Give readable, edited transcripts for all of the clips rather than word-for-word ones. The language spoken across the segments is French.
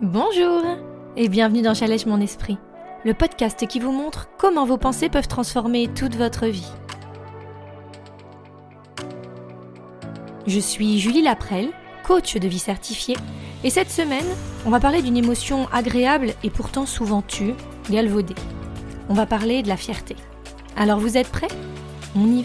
Bonjour et bienvenue dans Challenge mon esprit, le podcast qui vous montre comment vos pensées peuvent transformer toute votre vie. Je suis Julie Laprelle, coach de vie certifiée, et cette semaine, on va parler d'une émotion agréable et pourtant souvent tue, galvaudée. On va parler de la fierté. Alors vous êtes prêts ? On y va ?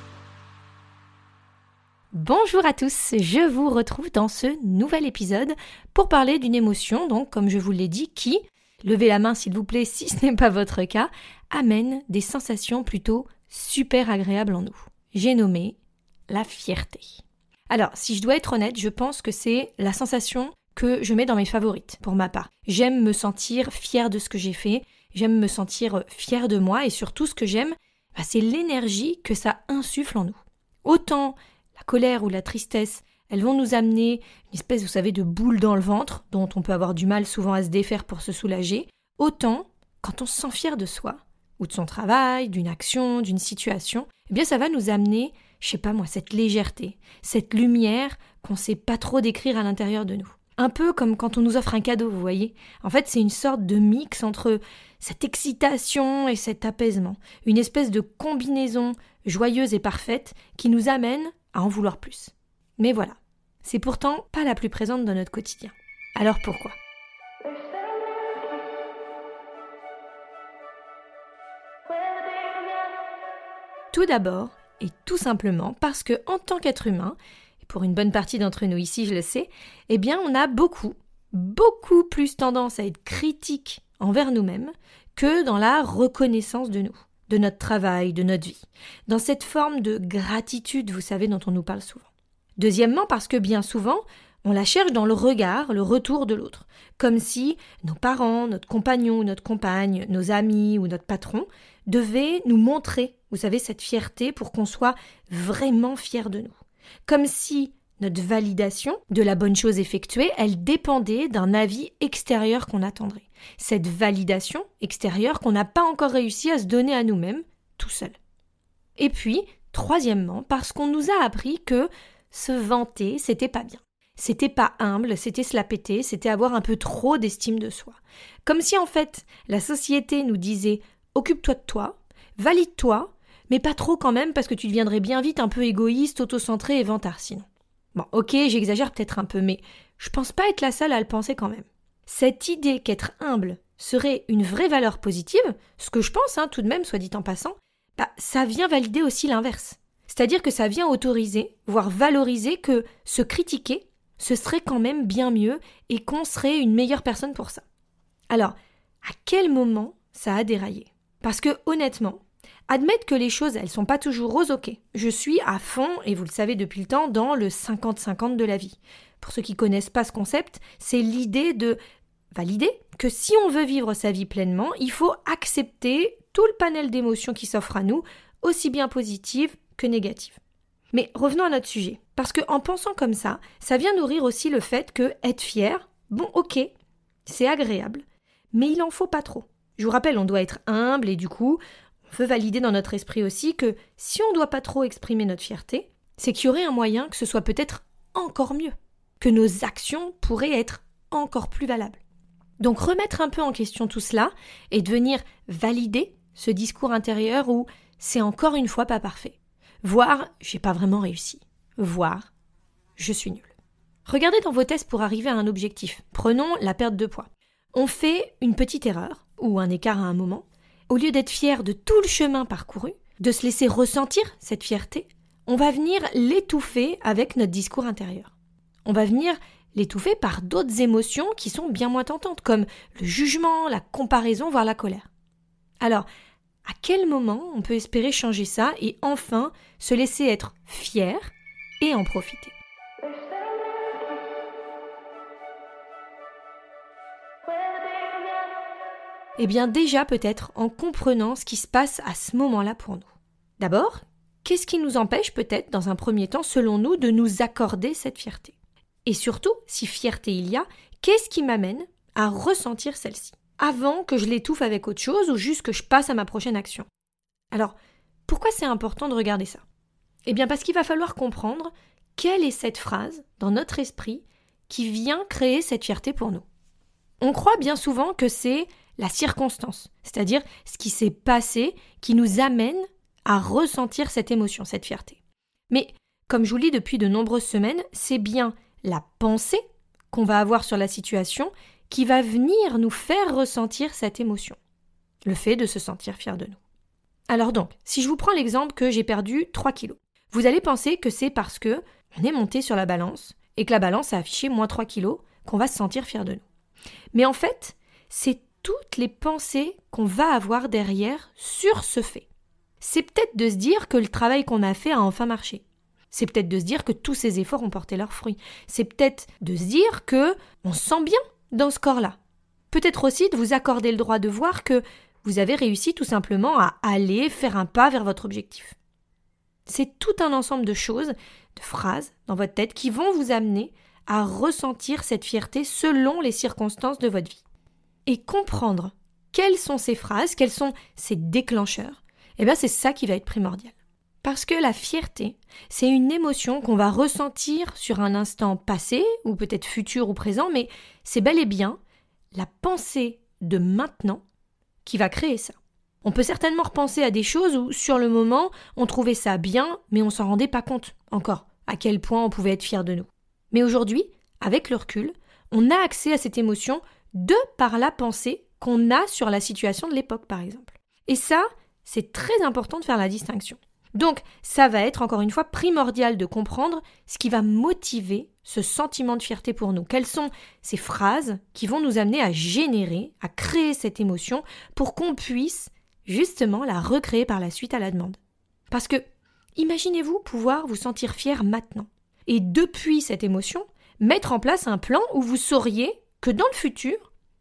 Bonjour à tous, je vous retrouve dans ce nouvel épisode pour parler d'une émotion, donc comme je vous l'ai dit, qui, levez la main s'il vous plaît si ce n'est pas votre cas, amène des sensations plutôt super agréables en nous. J'ai nommé la fierté. Alors, si je dois être honnête, je pense que c'est la sensation que je mets dans mes favorites, pour ma part. J'aime me sentir fière de ce que j'ai fait, j'aime me sentir fière de moi, et surtout ce que j'aime, c'est l'énergie que ça insuffle en nous. Autant la colère ou la tristesse, elles vont nous amener une espèce, vous savez, de boule dans le ventre, dont on peut avoir du mal souvent à se défaire pour se soulager. Autant, quand on se sent fier de soi, ou de son travail, d'une action, d'une situation, eh bien ça va nous amener, je sais pas moi, cette légèreté, cette lumière qu'on sait pas trop décrire à l'intérieur de nous. Un peu comme quand on nous offre un cadeau, vous voyez. En fait, c'est une sorte de mix entre cette excitation et cet apaisement. Une espèce de combinaison joyeuse et parfaite qui nous amène à en vouloir plus. Mais voilà, c'est pourtant pas la plus présente dans notre quotidien. Alors pourquoi ? Tout d'abord, et tout simplement parce que en tant qu'être humain, et pour une bonne partie d'entre nous ici, je le sais, eh bien on a beaucoup plus tendance à être critique envers nous-mêmes que dans la reconnaissance de nous, de notre travail, de notre vie, dans cette forme de gratitude, vous savez, dont on nous parle souvent. Deuxièmement, parce que bien souvent, on la cherche dans le regard, le retour de l'autre, comme si nos parents, notre compagnon ou notre compagne, nos amis ou notre patron devaient nous montrer, vous savez, cette fierté pour qu'on soit vraiment fiers de nous. Comme si notre validation de la bonne chose effectuée, elle dépendait d'un avis extérieur qu'on attendrait. Cette validation extérieure qu'on n'a pas encore réussi à se donner à nous-mêmes, tout seul. Et puis, troisièmement, parce qu'on nous a appris que se vanter, c'était pas bien. C'était pas humble, c'était se la péter, c'était avoir un peu trop d'estime de soi. Comme si en fait, la société nous disait « occupe-toi de toi, valide-toi, mais pas trop quand même parce que tu deviendrais bien vite un peu égoïste, autocentré et vantard sinon. » Bon, ok, j'exagère peut-être un peu, mais je pense pas être la seule à le penser quand même. Cette idée qu'être humble serait une vraie valeur positive, ce que je pense tout de même, soit dit en passant, ça vient valider aussi l'inverse. C'est-à-dire que ça vient autoriser, voire valoriser que se critiquer, ce serait quand même bien mieux et qu'on serait une meilleure personne pour ça. Alors, à quel moment ça a déraillé ? Parce que honnêtement, admettre que les choses, elles sont pas toujours roses, ok. Je suis à fond, et vous le savez depuis le temps, dans le 50-50 de la vie. Pour ceux qui connaissent pas ce concept, c'est l'idée de valider que si on veut vivre sa vie pleinement, il faut accepter tout le panel d'émotions qui s'offrent à nous, aussi bien positives que négatives. Mais revenons à notre sujet, parce qu'en pensant comme ça vient nourrir aussi le fait que être fier, bon ok, c'est agréable, mais il en faut pas trop. Je vous rappelle, on doit être humble et du coup, on veut valider dans notre esprit aussi que si on ne doit pas trop exprimer notre fierté, c'est qu'il y aurait un moyen que ce soit peut-être encore mieux, que nos actions pourraient être encore plus valables. Donc remettre un peu en question tout cela et devenir valider ce discours intérieur où c'est encore une fois pas parfait. Voire, j'ai pas vraiment réussi. Voire, je suis nulle. Regardez dans vos tests pour arriver à un objectif. Prenons la perte de poids. On fait une petite erreur, ou un écart à un moment. Au lieu d'être fier de tout le chemin parcouru, de se laisser ressentir cette fierté, on va venir l'étouffer avec notre discours intérieur. On va venir l'étouffer par d'autres émotions qui sont bien moins tentantes, comme le jugement, la comparaison, voire la colère. Alors, à quel moment on peut espérer changer ça et enfin se laisser être fier et en profiter ? Eh bien déjà peut-être en comprenant ce qui se passe à ce moment-là pour nous. D'abord, qu'est-ce qui nous empêche peut-être dans un premier temps, selon nous, de nous accorder cette fierté ? Et surtout, si fierté il y a, qu'est-ce qui m'amène à ressentir celle-ci ? Avant que je l'étouffe avec autre chose ou juste que je passe à ma prochaine action. Alors, pourquoi c'est important de regarder ça ? Eh bien parce qu'il va falloir comprendre quelle est cette phrase dans notre esprit qui vient créer cette fierté pour nous. On croit bien souvent que c'est la circonstance, c'est-à-dire ce qui s'est passé qui nous amène à ressentir cette émotion, cette fierté. Mais comme je vous le dis depuis de nombreuses semaines, c'est bien la pensée qu'on va avoir sur la situation qui va venir nous faire ressentir cette émotion, le fait de se sentir fier de nous. Alors donc, si je vous prends l'exemple que j'ai perdu 3 kilos, vous allez penser que c'est parce que on est monté sur la balance et que la balance a affiché moins 3 kilos qu'on va se sentir fier de nous. Mais en fait, c'est toutes les pensées qu'on va avoir derrière sur ce fait. C'est peut-être de se dire que le travail qu'on a fait a enfin marché. C'est peut-être de se dire que tous ces efforts ont porté leurs fruits. C'est peut-être de se dire que on se sent bien dans ce corps-là. Peut-être aussi de vous accorder le droit de voir que vous avez réussi tout simplement à aller faire un pas vers votre objectif. C'est tout un ensemble de choses, de phrases dans votre tête qui vont vous amener à ressentir cette fierté selon les circonstances de votre vie. Et comprendre quelles sont ces phrases, quels sont ces déclencheurs, c'est ça qui va être primordial. Parce que la fierté, c'est une émotion qu'on va ressentir sur un instant passé, ou peut-être futur ou présent, mais c'est bel et bien la pensée de maintenant qui va créer ça. On peut certainement repenser à des choses où, sur le moment, on trouvait ça bien, mais on s'en rendait pas compte encore, à quel point on pouvait être fier de nous. Mais aujourd'hui, avec le recul, on a accès à cette émotion de par la pensée qu'on a sur la situation de l'époque, par exemple. Et ça, c'est très important de faire la distinction. Donc, ça va être, encore une fois, primordial de comprendre ce qui va motiver ce sentiment de fierté pour nous. Quelles sont ces phrases qui vont nous amener à générer, à créer cette émotion pour qu'on puisse justement la recréer par la suite à la demande. Parce que, imaginez-vous pouvoir vous sentir fier maintenant. Et depuis cette émotion, mettre en place un plan où vous sauriez que dans le futur,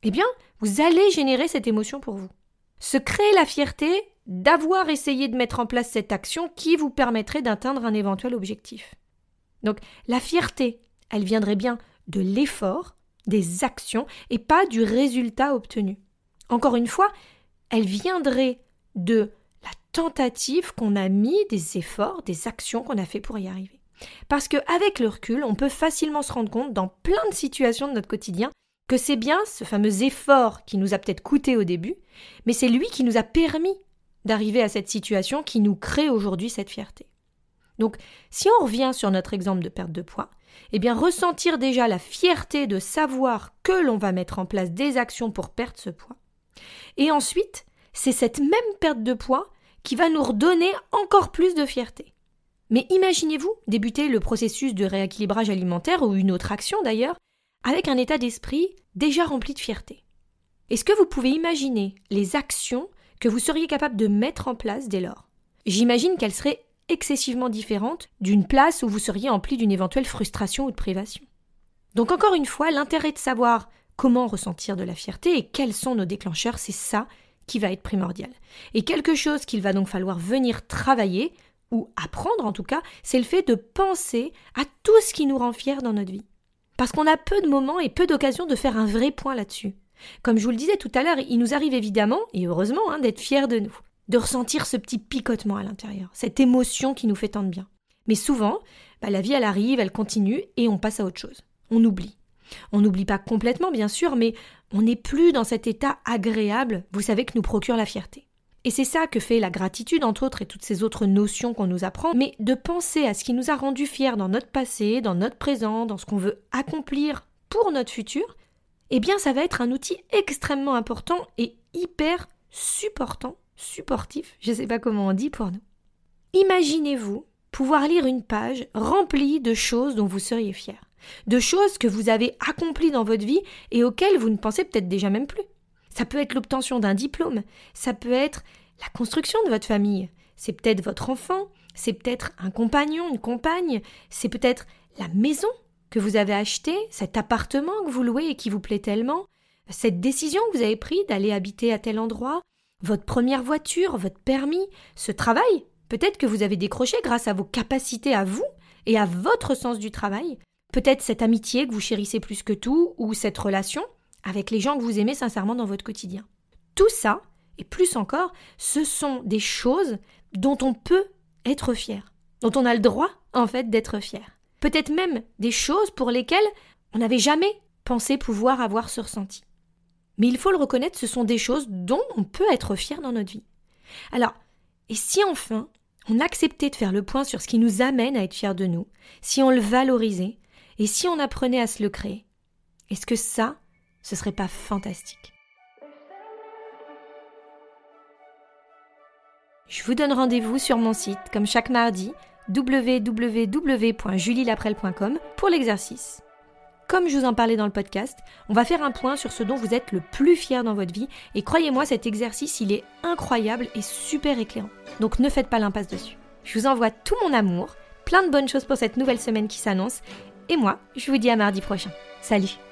vous allez générer cette émotion pour vous. Se créer la fierté d'avoir essayé de mettre en place cette action qui vous permettrait d'atteindre un éventuel objectif. Donc, la fierté, elle viendrait bien de l'effort, des actions et pas du résultat obtenu. Encore une fois, elle viendrait de la tentative qu'on a mis, des efforts, des actions qu'on a fait pour y arriver. Parce qu'avec le recul, on peut facilement se rendre compte dans plein de situations de notre quotidien que c'est bien ce fameux effort qui nous a peut-être coûté au début, mais c'est lui qui nous a permis d'arriver à cette situation qui nous crée aujourd'hui cette fierté. Donc, si on revient sur notre exemple de perte de poids, ressentir déjà la fierté de savoir que l'on va mettre en place des actions pour perdre ce poids. Et ensuite, c'est cette même perte de poids qui va nous redonner encore plus de fierté. Mais imaginez-vous débuter le processus de rééquilibrage alimentaire ou une autre action d'ailleurs, avec un état d'esprit déjà rempli de fierté. Est-ce que vous pouvez imaginer les actions que vous seriez capable de mettre en place dès lors? J'imagine qu'elles seraient excessivement différentes d'une place où vous seriez empli d'une éventuelle frustration ou de privation. Donc encore une fois, l'intérêt de savoir comment ressentir de la fierté et quels sont nos déclencheurs, c'est ça qui va être primordial. Et quelque chose qu'il va donc falloir venir travailler, ou apprendre en tout cas, c'est le fait de penser à tout ce qui nous rend fiers dans notre vie. Parce qu'on a peu de moments et peu d'occasions de faire un vrai point là-dessus. Comme je vous le disais tout à l'heure, il nous arrive évidemment, et heureusement, d'être fiers de nous, de ressentir ce petit picotement à l'intérieur, cette émotion qui nous fait tant de bien. Mais souvent, la vie elle arrive, elle continue, et on passe à autre chose. On oublie. On n'oublie pas complètement bien sûr, mais on n'est plus dans cet état agréable, vous savez, que nous procure la fierté. Et c'est ça que fait la gratitude, entre autres, et toutes ces autres notions qu'on nous apprend, mais de penser à ce qui nous a rendus fiers dans notre passé, dans notre présent, dans ce qu'on veut accomplir pour notre futur, ça va être un outil extrêmement important et hyper supportif, je ne sais pas comment on dit pour nous. Imaginez-vous pouvoir lire une page remplie de choses dont vous seriez fiers, de choses que vous avez accomplies dans votre vie et auxquelles vous ne pensez peut-être déjà même plus. Ça peut être l'obtention d'un diplôme, ça peut être la construction de votre famille, c'est peut-être votre enfant, c'est peut-être un compagnon, une compagne, c'est peut-être la maison que vous avez achetée, cet appartement que vous louez et qui vous plaît tellement, cette décision que vous avez prise d'aller habiter à tel endroit, votre première voiture, votre permis, ce travail, peut-être que vous avez décroché grâce à vos capacités à vous et à votre sens du travail, peut-être cette amitié que vous chérissez plus que tout ou cette relation avec les gens que vous aimez sincèrement dans votre quotidien. Tout ça, et plus encore, ce sont des choses dont on peut être fier, dont on a le droit, en fait, d'être fier. Peut-être même des choses pour lesquelles on n'avait jamais pensé pouvoir avoir ce ressenti. Mais il faut le reconnaître, ce sont des choses dont on peut être fier dans notre vie. Alors, et si enfin, on acceptait de faire le point sur ce qui nous amène à être fiers de nous, si on le valorisait, et si on apprenait à se le créer? Est-ce que ça, ce serait pas fantastique? Je vous donne rendez-vous sur mon site, comme chaque mardi, www.julielaprelle.com pour l'exercice. Comme je vous en parlais dans le podcast, on va faire un point sur ce dont vous êtes le plus fier dans votre vie, et croyez-moi, cet exercice, il est incroyable et super éclairant. Donc ne faites pas l'impasse dessus. Je vous envoie tout mon amour, plein de bonnes choses pour cette nouvelle semaine qui s'annonce, et moi, je vous dis à mardi prochain. Salut!